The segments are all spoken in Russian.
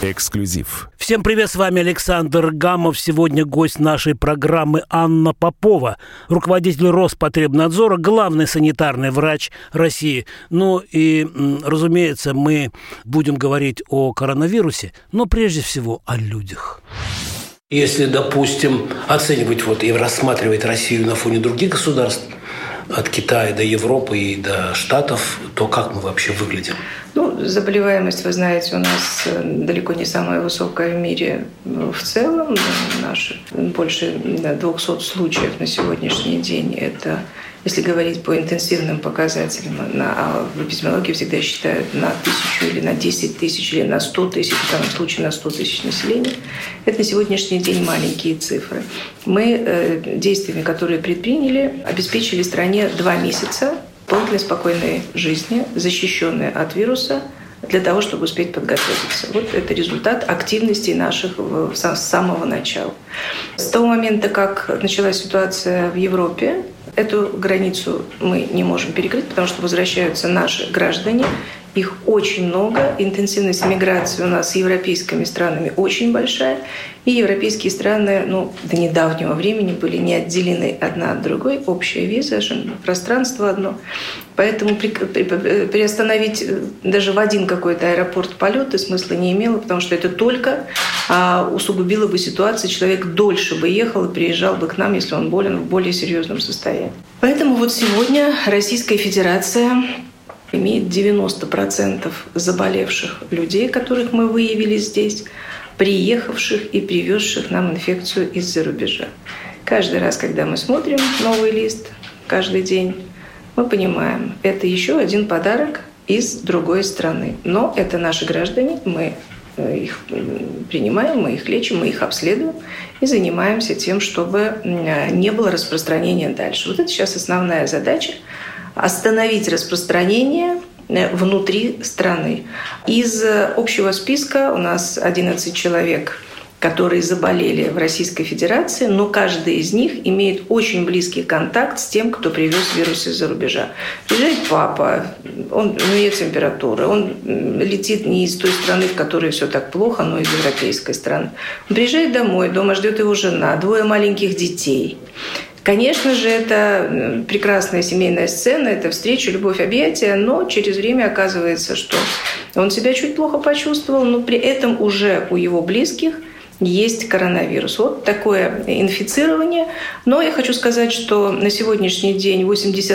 Эксклюзив. Всем привет, с вами Александр Гамов. Сегодня гость нашей программы Анна Попова, руководитель Роспотребнадзора, главный санитарный врач России. Ну и, разумеется, мы будем говорить о коронавирусе, но прежде всего о людях. Если, допустим, оценивать и рассматривать Россию на фоне других государств, от Китая до Европы и до Штатов, то как мы вообще выглядим? Заболеваемость, вы знаете, у нас далеко не самая высокая в мире в целом. Наши больше 200 случаев на сегодняшний день. Это, если говорить по интенсивным показателям, в эпидемиологии всегда считают на 1000 или на 10 тысяч, или на 100 тысяч, в данном случае на 100 тысяч населения. Это на сегодняшний день маленькие цифры. Мы действиями, которые предприняли, обеспечили стране 2 месяца полной спокойной жизни, защищенной от вируса, для того, чтобы успеть подготовиться. Вот это результат активностей наших с самого начала. С того момента, как началась ситуация в Европе, эту границу мы не можем перекрыть, потому что возвращаются наши граждане. Их очень много. Интенсивность миграции у нас с европейскими странами очень большая. И европейские страны до недавнего времени были не отделены одна от другой. Общая виза, пространство одно. Поэтому приостановить даже в один какой-то аэропорт полеты смысла не имело, потому что это только усугубило бы ситуацию. Человек дольше бы ехал и приезжал бы к нам, если он болен в более серьезном состоянии. Поэтому сегодня Российская Федерация имеет 90% заболевших людей, которых мы выявили здесь, приехавших и привезших нам инфекцию из-за рубежа. Каждый раз, когда мы смотрим новый лист, каждый день, мы понимаем, это еще один подарок из другой страны. Но это наши граждане, мы их принимаем, мы их лечим, мы их обследуем и занимаемся тем, чтобы не было распространения дальше. Вот это сейчас основная задача – остановить распространение внутри страны. Из общего списка у нас 11 человек, которые заболели в Российской Федерации, но каждый из них имеет очень близкий контакт с тем, кто привез вирус из-за рубежа. Приезжает папа, у него температура, он летит не из той страны, в которой все так плохо, но из европейской страны. Он приезжает домой, дома ждет его жена, 2 маленьких детей. Конечно же, это прекрасная семейная сцена, это встреча, любовь, объятия, но через время оказывается, что он себя чуть плохо почувствовал, но при этом уже у его близких есть коронавирус. Вот такое инфицирование. Но я хочу сказать, что на сегодняшний день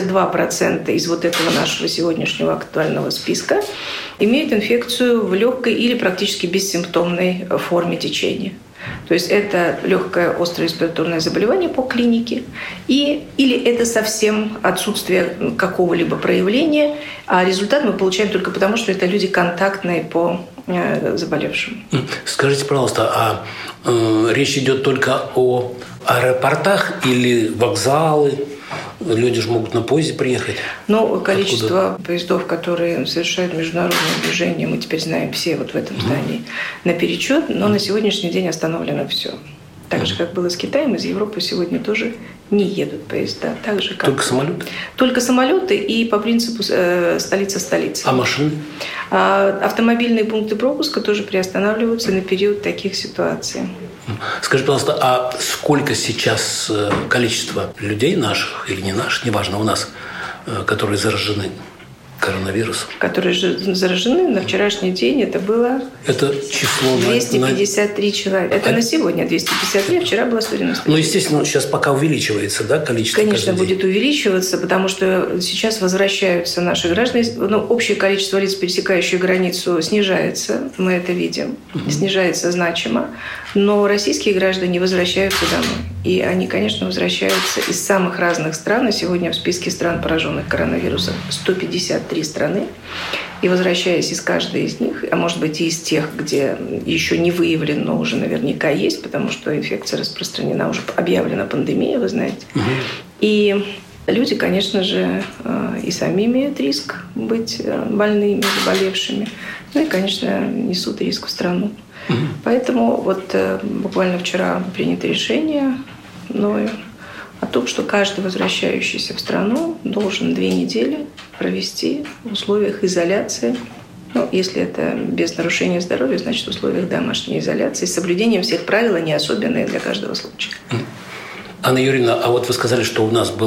82% из этого нашего сегодняшнего актуального списка имеют инфекцию в легкой или практически бессимптомной форме течения. То есть это легкое острое респираторное заболевание по клинике, или это совсем отсутствие какого-либо проявления, а результат мы получаем только потому, что это люди контактные по заболевшим. Скажите, пожалуйста, речь идет только о аэропортах или вокзалы? Люди же могут на поезде приехать. Количество поездов, которые совершают международное движение, мы теперь знаем все в этом здании наперечет, но на сегодняшний день остановлено все. Так же, как было с Китаем, из Европы сегодня тоже не едут поезда. Так же, как... Только самолеты? Только самолеты и по принципу столица-столица. А машины? Автомобильные пункты пропуска тоже приостанавливаются на период таких ситуаций. Скажи, пожалуйста, а сколько сейчас количество людей наших или не наших, неважно, у нас, которые заражены коронавирусом? Которые заражены на вчерашний день, это было число 253 человека. Это на сегодня 253, а вчера было 193. Естественно, сейчас пока увеличивается, да, количество? Конечно, будет увеличиваться, потому что сейчас возвращаются наши граждане. Общее количество лиц, пересекающих границу, снижается, мы это видим, снижается значимо. Но российские граждане возвращаются домой. И они, конечно, возвращаются из самых разных стран. И сегодня в списке стран, пораженных коронавирусом, 153 страны. И возвращаясь из каждой из них, а может быть и из тех, где еще не выявлен, но уже наверняка есть, потому что инфекция распространена, уже объявлена пандемия, вы знаете. И люди, конечно же, и сами имеют риск быть больными, заболевшими. И, конечно, несут риск в страну. Поэтому буквально вчера принято решение о том, что каждый возвращающийся в страну должен 2 недели провести в условиях изоляции Ну, если это без нарушения здоровья, значит, в условиях домашней изоляции, с соблюдением всех правил, они особенные для каждого случая. Анна Юрьевна, а вот вы сказали, что у нас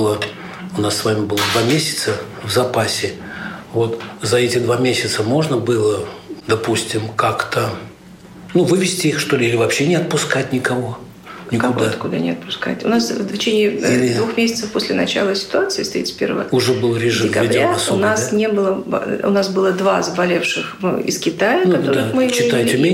с вами было 2 месяца в запасе. Вот за эти 2 месяца можно было, допустим, как-то вывести их, что ли, или вообще не отпускать никого? Никуда. Откуда не отпускать? У нас в течение 2 месяцев после начала ситуации, с 31 уже был режим декабря, особый, у нас было 2 заболевших из Китая, которых мы имели,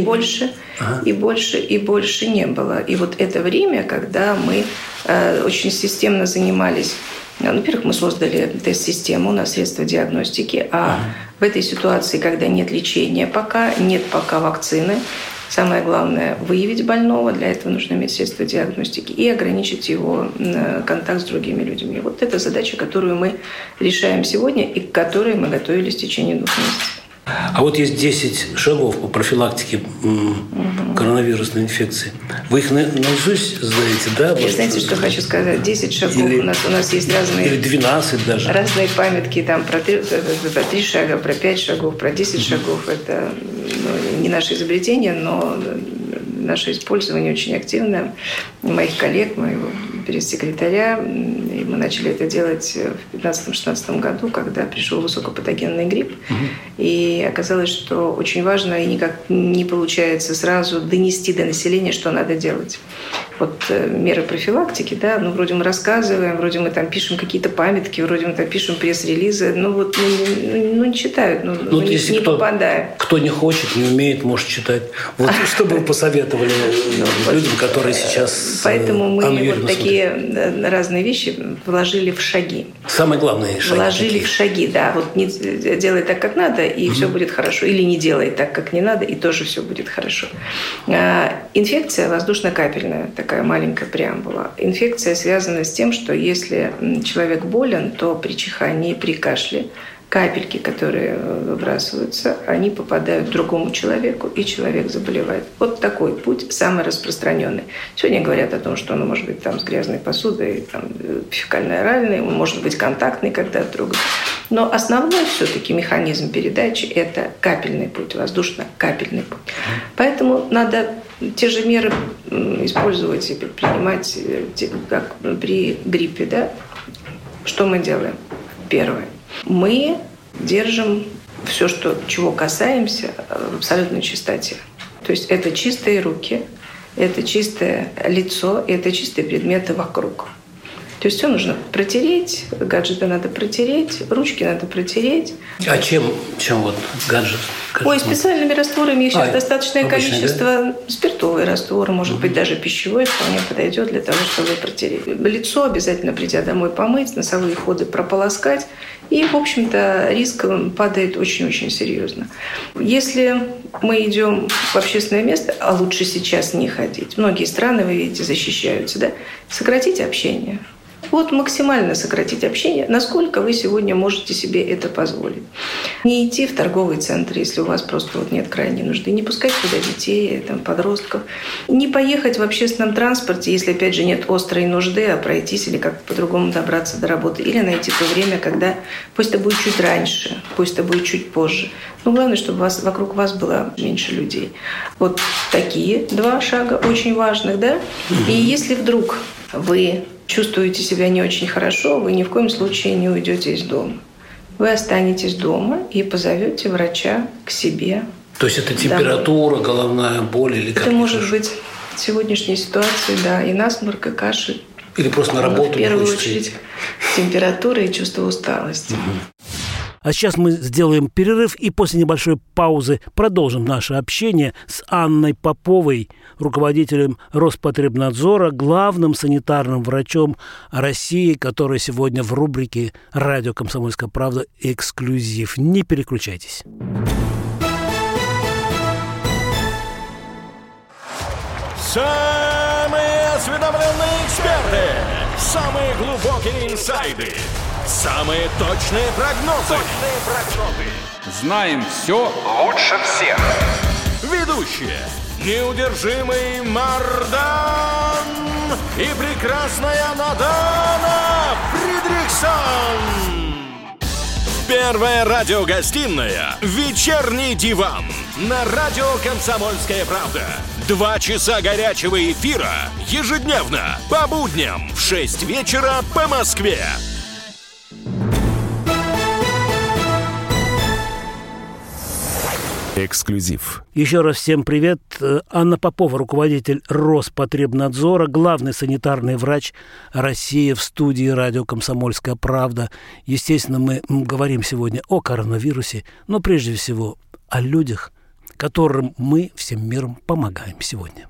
и больше не было. И вот это время, когда мы очень системно занимались. Во-первых, мы создали тест-систему, у нас средства диагностики, а в этой ситуации, когда нет лечения нет пока вакцины, самое главное – выявить больного, для этого нужно иметь средства диагностики и ограничить его контакт с другими людьми. Вот это задача, которую мы решаем сегодня и к которой мы готовились в течение 2 месяцев. А вот есть 10 шагов по профилактике коронавирусной инфекции. Вы их наизусть знаете, да? Вы знаете, что хочу сказать? 10 шагов. У нас есть разные... Или 12 даже. Разные памятки там про 3 шага, про 5 шагов, про 10 шагов. Это не наше изобретение, но наше использование очень активно. Моих коллег, моего пресс-секретаря. И мы начали это делать в 2015-2016 году, когда пришел высокопатогенный грипп. И оказалось, что очень важно и никак не получается сразу донести до населения, что надо делать. Вот меры профилактики, да, вроде мы рассказываем, вроде мы там пишем какие-то памятки, вроде мы там пишем пресс-релизы, не читают, не попадаем. Кто не хочет, не умеет, может читать. Вот что бы вы посоветовали людям, которые сейчас... Поэтому мы вот такие разные вещи вложили в шаги. Самое главное шаги. Вложили в шаги, да. Вот не делай так, как надо, и все будет хорошо. Или не делай так, как не надо, и тоже все будет хорошо. Инфекция воздушно-капельная, такая маленькая преамбула. Инфекция связана с тем, что если человек болен, то при чихании, при кашле капельки, которые выбрасываются, они попадают к другому человеку, и человек заболевает. Вот такой путь самый распространенный. Сегодня говорят о том, что он может быть там с грязной посудой, там, фекально-оральный, он может быть контактный, когда трогают. Но основной все-таки механизм передачи – это капельный путь, воздушно-капельный путь. Поэтому надо те же меры использовать и принимать, как при гриппе. Да? Что мы делаем? Первое. Мы держим все, чего касаемся, в абсолютной чистоте. То есть это чистые руки, это чистое лицо, это чистые предметы вокруг. То есть все нужно протереть, гаджеты надо протереть, ручки надо протереть. А чем вот гаджет? Специальными растворами их сейчас достаточное количество. Да? Спиртовый раствор, может быть, даже пищевой вполне подойдет для того, чтобы протереть. Лицо обязательно, придя домой, помыть, носовые ходы прополоскать. И, в общем-то, риск падает очень-очень серьезно. Если мы идем в общественное место, а лучше сейчас не ходить, многие страны, вы видите, защищаются, да? Сократить общение. Вот максимально сократить общение, насколько вы сегодня можете себе это позволить. Не идти в торговый центр, если у вас просто нет крайней нужды, не пускать туда детей, подростков. Не поехать в общественном транспорте, если, опять же, нет острой нужды, а пройтись или как-то по-другому добраться до работы. Или найти то время, когда пусть это будет чуть раньше, пусть это будет чуть позже. Но главное, чтобы вокруг вас было меньше людей. Вот такие 2 шага очень важных, да? И если вдруг вы чувствуете себя не очень хорошо, вы ни в коем случае не уйдете из дома. Вы останетесь дома и позовете врача к себе. То есть это температура, головная боль или как? Это может быть в сегодняшней ситуации, да, и насморк, и кашель. Или просто на работу. В первую очередь температура и чувство усталости. А сейчас мы сделаем перерыв и после небольшой паузы продолжим наше общение с Анной Поповой, руководителем Роспотребнадзора, главным санитарным врачом России, который сегодня в рубрике «Радио Комсомольская правда» эксклюзив. Не переключайтесь. Самые осведомленные эксперты, самые глубокие инсайды, самые точные прогнозы. Знаем все лучше всех. Ведущие: неудержимый Мардан и прекрасная Надана Фридрихсон. Первая радиогостинная «Вечерний диван» на радио «Комсомольская правда». 2 часа горячего эфира ежедневно по будням в 6 вечера по Москве. Эксклюзив. Еще раз всем привет. Анна Попова, руководитель Роспотребнадзора, главный санитарный врач России в студии радио «Комсомольская правда». Естественно, мы говорим сегодня о коронавирусе, но прежде всего о людях, которым мы всем миром помогаем сегодня.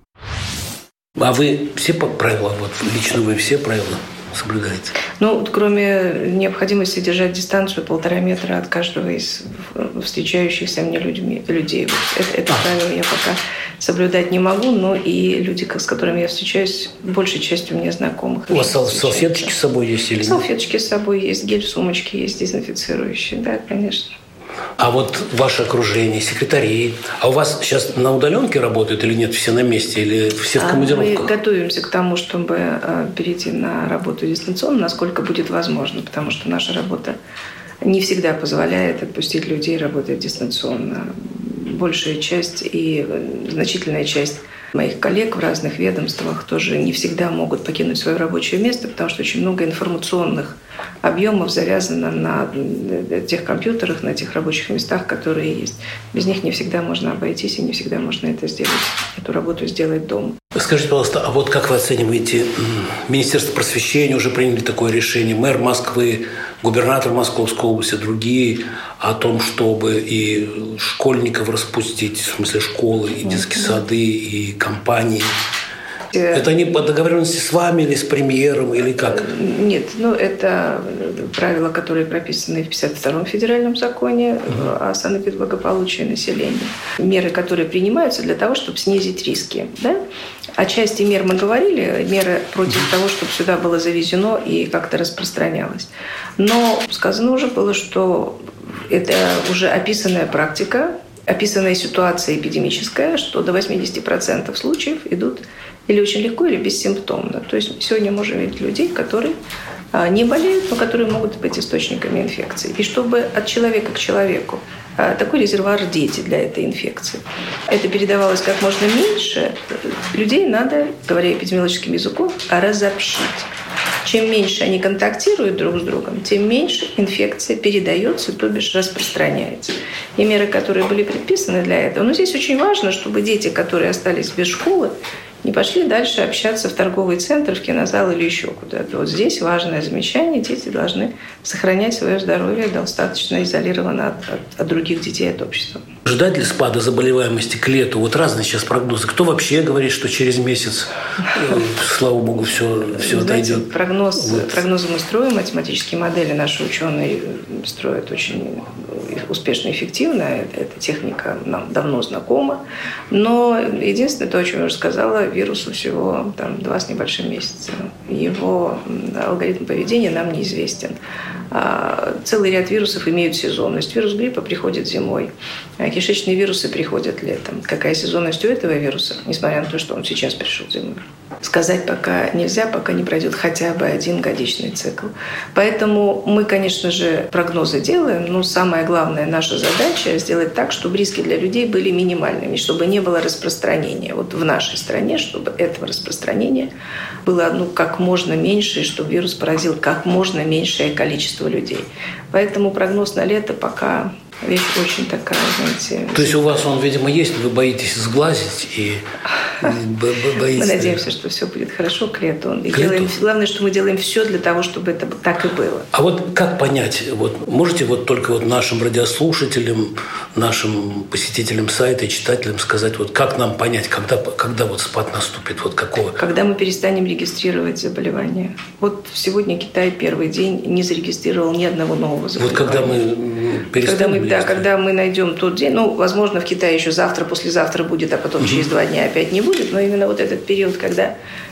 А вы все правила, лично вы все правила соблюдаете? Кроме необходимости держать дистанцию 1,5 метра от каждого из встречающихся мне людей. Это правило я пока соблюдать не могу, но и люди, с которыми я встречаюсь, большей частью мне знакомых. У вас салфеточки с собой есть или нет? Салфеточки с собой есть, гель в сумочке есть, дезинфицирующий, да, конечно. А вот ваше окружение, секретари, а у вас сейчас на удаленке работают или нет, все на месте, или все в командировках? Мы готовимся к тому, чтобы перейти на работу дистанционно, насколько будет возможно, потому что наша работа не всегда позволяет отпустить людей работать дистанционно. Большая часть и значительная часть моих коллег в разных ведомствах тоже не всегда могут покинуть свое рабочее место, потому что очень много информационных объемов завязано на тех компьютерах, на тех рабочих местах, которые есть. Без них не всегда можно обойтись, и не всегда можно это сделать, эту работу сделать дома. Скажите, пожалуйста, а вот как вы оцениваете, Министерство просвещения уже приняли такое решение, мэр Москвы, губернатор Московской области, другие, о том, чтобы и школьников распустить, в смысле школы, и детские сады, и компании. Это они по договоренности с вами или с премьером, или как? Нет, это правила, которые прописаны в 52-м федеральном законе о санэпидблагополучии населения. Меры, которые принимаются для того, чтобы снизить риски. Да? О части мер мы говорили, меры против того, чтобы сюда было завезено и как-то распространялось. Но сказано уже было, что это уже описанная практика, описанная ситуация эпидемическая, что до 80% случаев идут или очень легко, или бессимптомно. То есть сегодня можем видеть людей, которые не болеют, но которые могут быть источниками инфекции. И чтобы от человека к человеку такой резервуар дети для этой инфекции. Это передавалось как можно меньше. Людей надо, говоря эпидемиологическим языком, разобщить. Чем меньше они контактируют друг с другом, тем меньше инфекция передается, то бишь распространяется. И меры, которые были предписаны для этого. Но здесь очень важно, чтобы дети, которые остались без школы, не пошли дальше общаться в торговый центр, в кинозал или еще куда-то. Вот здесь важное замечание. Дети должны сохранять свое здоровье достаточно изолированно от других детей, от общества. Ждать ли спада заболеваемости к лету? Вот разные сейчас прогнозы. Кто вообще говорит, что через месяц, слава богу, все отойдет? Прогнозы мы строим, математические модели наши ученые строят очень успешно и эффективно. Эта техника нам давно знакома. Но единственное, то, о чем я уже сказала, вирусу всего 2 с небольшим месяца. Его алгоритм поведения нам неизвестен. Целый ряд вирусов имеют сезонность. Вирус гриппа приходит зимой. Кишечные вирусы приходят летом. Какая сезонность у этого вируса, несмотря на то, что он сейчас пришел зимой? Сказать пока нельзя, пока не пройдет хотя бы 1 годичный цикл. Поэтому мы, конечно же, прогнозы делаем, но самая главная наша задача – сделать так, чтобы риски для людей были минимальными, чтобы не было распространения. Вот в нашей стране, чтобы этого распространения было как можно меньше, и чтобы вирус поразил как можно меньшее количество людей. Поэтому прогноз на лето пока вещь очень такая, знаете... То есть у вас он, видимо, есть, вы боитесь сглазить и боитесь... Мы надеемся, что все будет хорошо к лету. Главное, что мы делаем все для того, чтобы это так и было. А вот как понять? Можете только нашим радиослушателям, нашим посетителям сайта и читателям сказать, как нам понять, когда спад наступит? Какого? Когда мы перестанем регистрировать заболевания. Сегодня Китай первый день не зарегистрировал ни одного нового заболевания. Когда мы перестанем... Когда мы найдем тот день, возможно, в Китае еще завтра, послезавтра будет, а потом через 2 дня опять не будет, но именно этот период, когда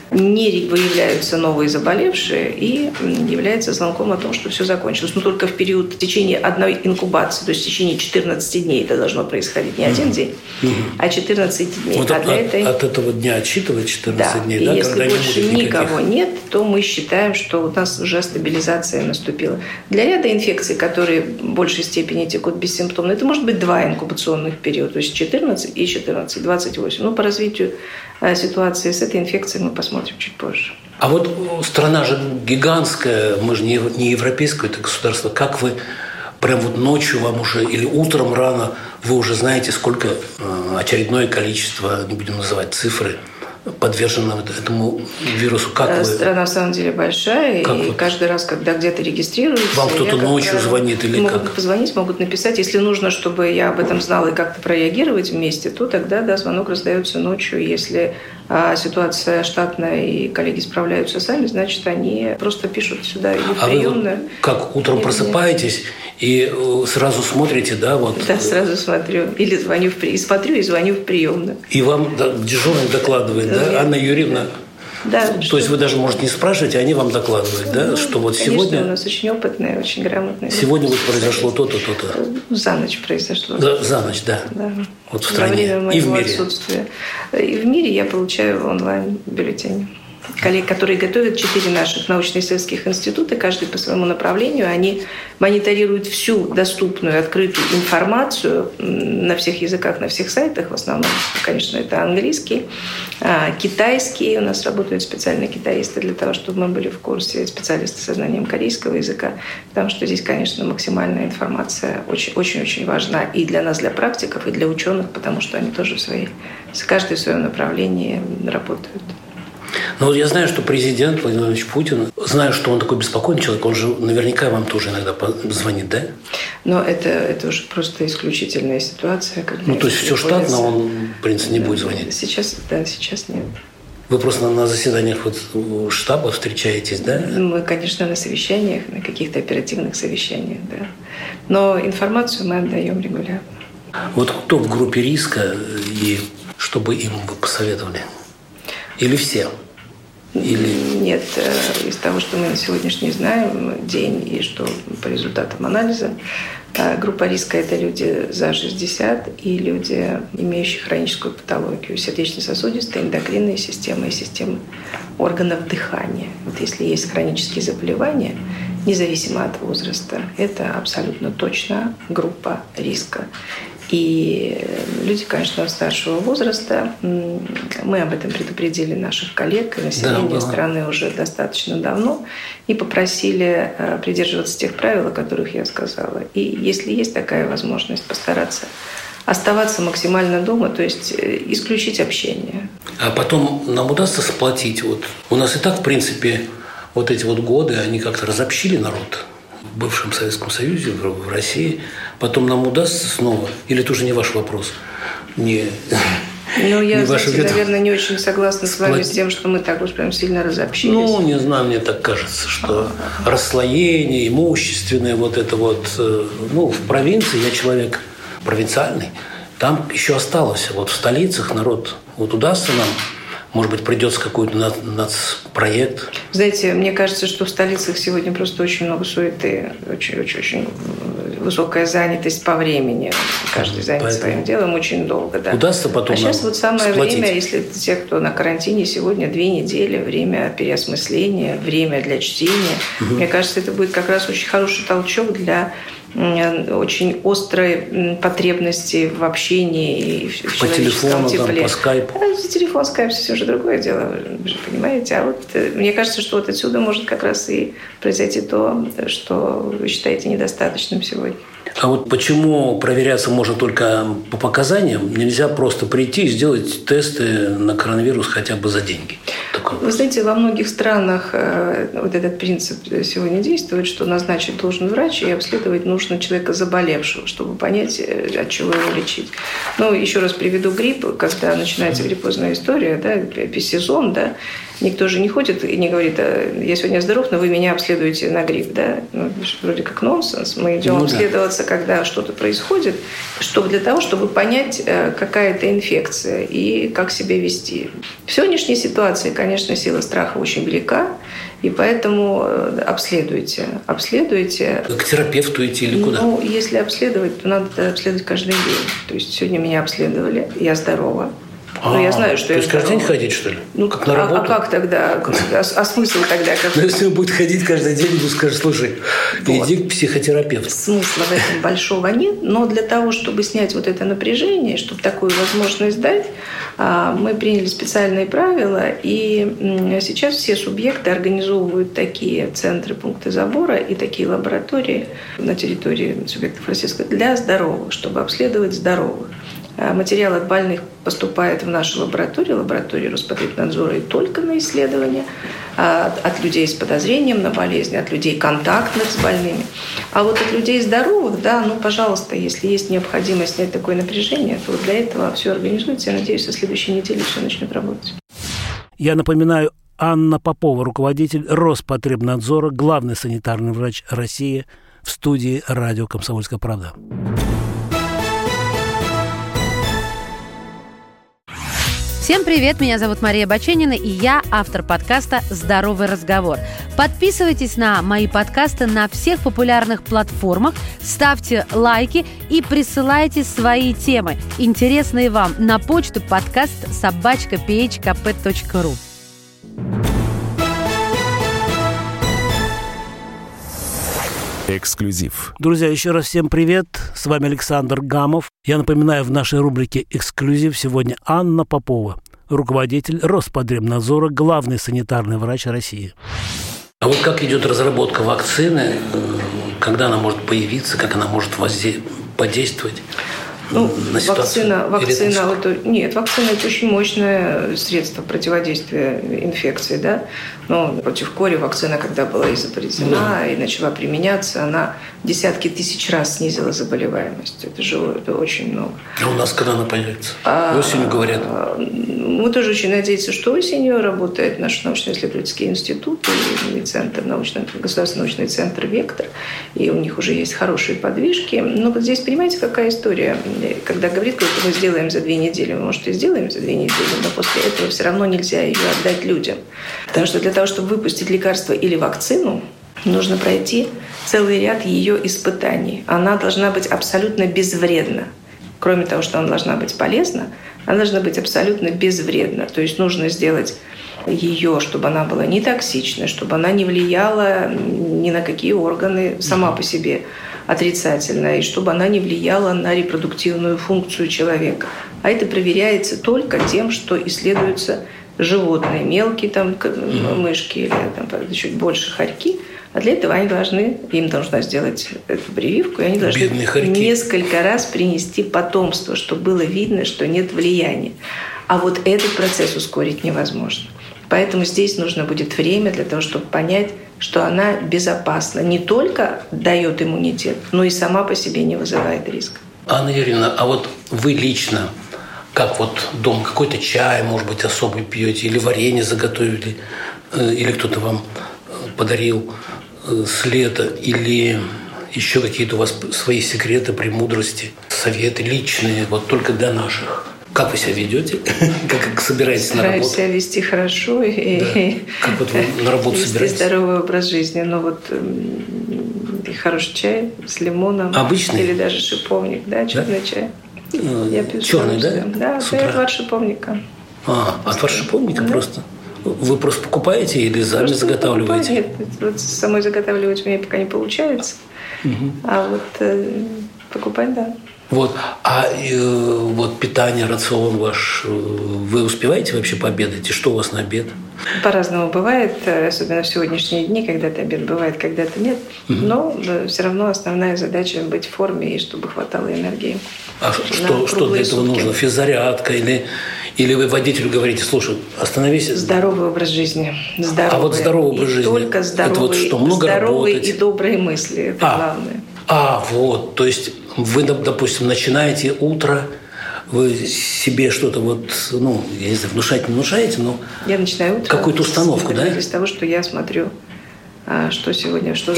не выявляются новые заболевшие, и является звонком о том, что все закончилось. Но только в течение одной инкубации, то есть в течение 14 дней это должно происходить. Не один день, а 14 дней. Вот от этого дня отсчитывать 14 дней, и да? Если когда больше никого нет, то мы считаем, что у нас уже стабилизация наступила. Для ряда инфекций, которые в большей степени текут бессимптомно, это может быть 2 инкубационных периода, то есть 14 и 14, 28. Но по развитию ситуации с этой инфекцией мы посмотрим чуть позже. А вот страна же гигантская, мы же не европейское это государство. Как вы прям вот ночью вам уже или утром рано вы уже знаете, сколько очередное количество, не будем называть цифры, подвержена этому вирусу? Страна, в самом деле, большая, и каждый раз, когда где-то регистрируется... Вам кто-то ночью звонит или как? Могут позвонить, могут написать. Если нужно, чтобы я об этом знала и как-то прореагировать вместе, то тогда, звонок раздается ночью. Если ситуация штатная и коллеги справляются сами, значит, они просто пишут сюда или в приемную. Вы как утром просыпаетесь и сразу смотрите, да? Вот. Да, сразу смотрю. Или звоню и звоню в приемную. И вам дежурный докладывает, да? Анна Юрьевна? Да. То есть вы даже можете не спрашивать, а они вам докладывают, да? Что вот конечно, сегодня... у нас очень опытные, очень грамотные. Сегодня вот произошло то-то, то-то. За ночь произошло. За ночь, да. Вот в стране и в мире. Отсутствия. И в мире я получаю онлайн-бюллетени. Коллег, которые готовят 4 наших научно-исследовательских института, каждый по своему направлению, они мониторируют всю доступную, открытую информацию на всех языках, на всех сайтах. В основном, конечно, это английский, китайский. У нас работают специальные китаисты для того, чтобы мы были в курсе, специалисты со знанием корейского языка, потому что здесь, конечно, максимальная информация очень-очень важна и для нас, для практиков, и для ученых, потому что они тоже каждый в своем направлении работают. Но вот я знаю, что президент Владимир Владимирович Путин, знаю, что он такой беспокойный человек, он же наверняка вам тоже иногда звонит, да? Но это уже просто исключительная ситуация. То есть все штатно, он, в принципе, не будет звонить? Сейчас нет. Вы просто на заседаниях штаба встречаетесь, да? Мы, конечно, на совещаниях, на каких-то оперативных совещаниях, да. Но информацию мы отдаем регулярно. Вот кто в группе риска, и что бы им вы посоветовали? Или все? Нет, из того, что мы на сегодняшний знаем день и что по результатам анализа, группа риска – это люди за 60 и люди, имеющие хроническую патологию, сердечно-сосудистой, эндокринной системы и системы органов дыхания. Вот если есть хронические заболевания, независимо от возраста, это абсолютно точно группа риска. И люди, конечно, старшего возраста, мы об этом предупредили наших коллег и население страны уже достаточно давно и попросили придерживаться тех правил, о которых я сказала. И если есть такая возможность, постараться оставаться максимально дома, то есть исключить общение. А потом нам удастся сплотить. Вот у нас и так, в принципе, вот эти вот годы, они как-то разобщили народ в бывшем Советском Союзе, в России. Потом нам удастся снова? Или это уже не ваш вопрос? Я, наверное, не очень согласна с вами с тем, что мы так уж прям сильно разобщились. Не знаю, мне так кажется, что расслоение имущественное, вот это вот... в провинции, я человек провинциальный, там еще осталось. Вот в столицах народ... Вот удастся нам... Может быть, придется какой-то нацпроект? Знаете, мне кажется, что в столицах сегодня просто очень много суеты, очень высокая занятость по времени. Каждый занят своим делом очень долго. Да. Удастся потом сейчас вот самое сплотить. Время, если те, кто на карантине сегодня 2 недели, время переосмысления, время для чтения. Мне кажется, это будет как раз очень хороший толчок для очень острой потребности в общении и в человеческом тепле. По скайпу. Телефон, скайп, все же другое дело, вы же понимаете. А вот мне кажется, что вот отсюда может как раз и произойти то, что вы считаете недостаточным сегодня. А вот почему проверяться можно только по показаниям? Нельзя просто прийти и сделать тесты на коронавирус хотя бы за деньги? Вы знаете, во многих странах вот этот принцип сегодня действует, что назначить должен врач и обследовать нужно человека заболевшего, чтобы понять, от чего его лечить. Еще раз приведу грипп. Когда начинается гриппозная история, сезон, никто же не ходит и не говорит: я сегодня здоров, но вы меня обследуете на грипп. Вроде как нонсенс. Мы идем обследоваться, когда что-то происходит, для того, чтобы понять, какая это инфекция и как себя вести. В сегодняшней ситуации, конечно, сила страха очень велика, и поэтому обследуйте. К терапевту идти или куда? Ну, если обследовать, то надо обследовать каждый день. То есть сегодня меня обследовали, я здорова. Но я знаю, что то есть каждый день ходить, что ли? Ну, как на работу? А как тогда? А смысл тогда? Ну, если он будет ходить каждый день, то скажет: слушай, иди к психотерапевту. Смысла в этом большого нет, но для того, чтобы снять вот это напряжение, чтобы такую возможность дать, мы приняли специальные правила, и сейчас все субъекты организовывают такие центры, пункты забора и такие лаборатории на территории субъектов российского для здоровых, чтобы обследовать здоровых. Материал от больных поступает в нашу лабораторию Роспотребнадзора, и только на исследования от людей с подозрением на болезни, от людей контактных с больными. А вот от людей здоровых, да, ну, пожалуйста, если есть необходимость снять такое напряжение, то вот для этого все организуется. Я надеюсь, со следующей недели все начнет работать. Я напоминаю, Анна Попова, руководитель Роспотребнадзора, главный санитарный врач России, в студии радио «Комсомольская правда». Всем привет, меня зовут Мария Баченина, и я автор подкаста «Здоровый разговор». Подписывайтесь на мои подкасты на всех популярных платформах, ставьте лайки и присылайте свои темы, интересные вам, на почту podcast@phkp.ru. Эксклюзив. Друзья, еще раз всем привет. С вами Александр Гамов. Я напоминаю, в нашей рубрике «Эксклюзив» сегодня Анна Попова, руководитель Роспотребнадзора, главный санитарный врач России. А вот как идет разработка вакцины, когда она может появиться, как она может подействовать? Ну, вакцина это очень мощное средство противодействия инфекции, да. Но против кори вакцина, когда была изобретена и начала применяться, она десятки тысяч раз снизила заболеваемость. Это очень много. А у нас когда она появится? Осенью, говорят. Мы тоже очень надеемся, что осенью работает наш научно-исследовательский институт и государственный научный центр «Вектор», и у них уже есть хорошие подвижки. Но вот здесь, понимаете, какая история? Когда говорит, что мы сделаем за 2 недели, мы, может, и сделаем за 2 недели, но после этого все равно нельзя ее отдать людям. Потому что для того, чтобы выпустить лекарство или вакцину, нужно пройти целый ряд ее испытаний. Она должна быть абсолютно безвредна. Кроме того, что она должна быть полезна, она должна быть абсолютно безвредна. То есть нужно сделать ее, чтобы она была не токсична, чтобы она не влияла ни на какие органы сама по себе отрицательно, и чтобы она не влияла на репродуктивную функцию человека. А это проверяется только тем, что исследуются животные, мелкие мышки или чуть больше хорьки. А для этого им должна сделать эту прививку, и они должны несколько раз принести потомство, чтобы было видно, что нет влияния. А вот этот процесс ускорить невозможно. Поэтому здесь нужно будет время для того, чтобы понять, что она безопасна. Не только дает иммунитет, но и сама по себе не вызывает риска. Анна Юрьевна, а вот вы лично, как вот дома, какой-то чай, может быть, особый пьете, или варенье заготовили, или кто-то вам подарил с лета, или еще какие-то у вас свои секреты, премудрости, советы личные, вот только для наших? Как вы себя ведете? Как собираетесь на работу? Стараюсь себя вести хорошо и как вот вы на работу собираетесь? Здоровый образ жизни. Но вот хороший чай с лимоном. Обычный? Или даже шиповник, да, черный чай. Я пью черный, да? Да, отвар шиповника. Отвар шиповника просто? Вы просто покупаете или сами заготавливаете? Нет, вот самой заготавливать у меня пока не получается. А вот покупать, да. Вот. Вот питание, рацион ваш, вы успеваете вообще пообедать? И что у вас на обед? По-разному бывает, особенно в сегодняшние дни, когда-то обед бывает, когда-то нет. Но все равно основная задача – быть в форме и чтобы хватало энергии. А что для этого нужно? Физзарядка или вы водителю говорите: слушай, остановись? Здоровый образ жизни. А вот здоровый образ жизни. Только здоровый, это вот что, много здоровые работать? И добрые мысли – это главное. Вот, то есть вы, допустим, начинаете утро, вы себе что-то я не знаю, внушаете, но я начинаю утро какую-то установку, да? Из того, что я смотрю, что сегодня, что и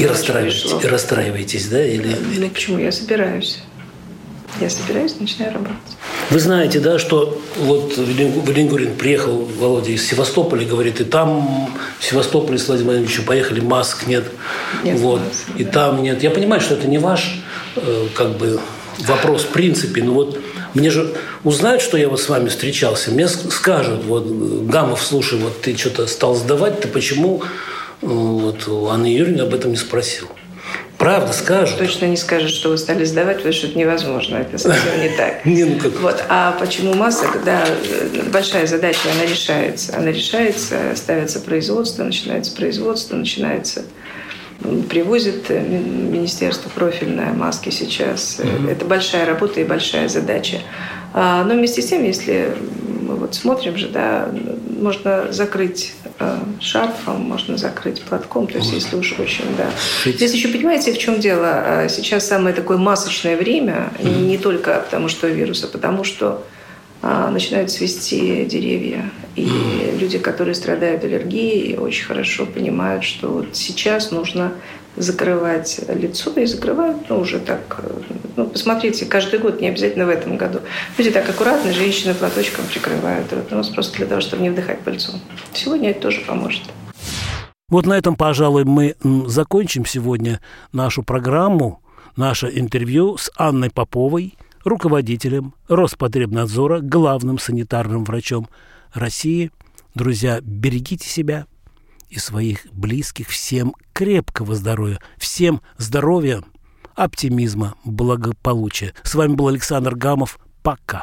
расстраиваетесь, да? Или... почему? Я собираюсь, начинаю работать. Вы знаете, да, что вот в Ленгурин приехал Володя из Севастополя, говорит, и там в Севастополе с Владимиром Владимировичем поехали, масок нет. Вот, и там нет. Я понимаю, что это не ваш вопрос в принципе, но вот мне же узнают, что я вот с вами встречался, мне скажут, вот, Гамов, слушай, вот ты что-то стал сдавать, ты почему вот у Анны Юрьевны об этом не спросил? Правда, скажут. Точно не скажут, что вы стали сдавать, потому что это невозможно. Это совсем не так. Вот. А почему масок? Да, большая задача, она решается. Она решается, ставится производство, начинается привозит министерство профильное маски сейчас. Это большая работа и большая задача. Но вместе с тем, если мы вот смотрим же, да, можно закрыть шарфом, можно закрыть платком, то есть если уж очень, да. Здесь еще, понимаете, в чем дело? Сейчас самое такое масочное время, не только потому что вирус, а потому что начинают цвести деревья. И люди, которые страдают аллергией, очень хорошо понимают, что вот сейчас нужно закрывать лицо, и закрывают, уже так, посмотрите, каждый год, не обязательно в этом году. Люди так аккуратно, женщины платочком прикрывают рот, просто для того, чтобы не вдыхать пыльцу. Сегодня это тоже поможет. Вот на этом, пожалуй, мы закончим сегодня нашу программу, наше интервью с Анной Поповой, руководителем Роспотребнадзора, главным санитарным врачом России. Друзья, берегите себя и своих близких. Всем крепкого здоровья, всем здоровья, оптимизма, благополучия. С вами был Александр Гамов. Пока.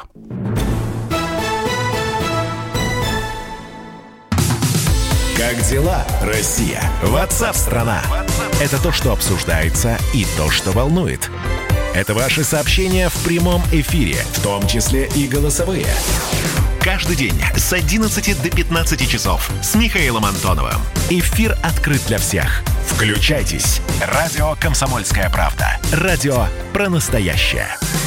Как дела, Россия? WhatsApp-страна. Это то, что обсуждается, и то, что волнует. Это ваши сообщения в прямом эфире, в том числе и голосовые. Каждый день с 11 до 15 часов с Михаилом Антоновым. Эфир открыт для всех. Включайтесь. Радио «Комсомольская правда». Радио про настоящее.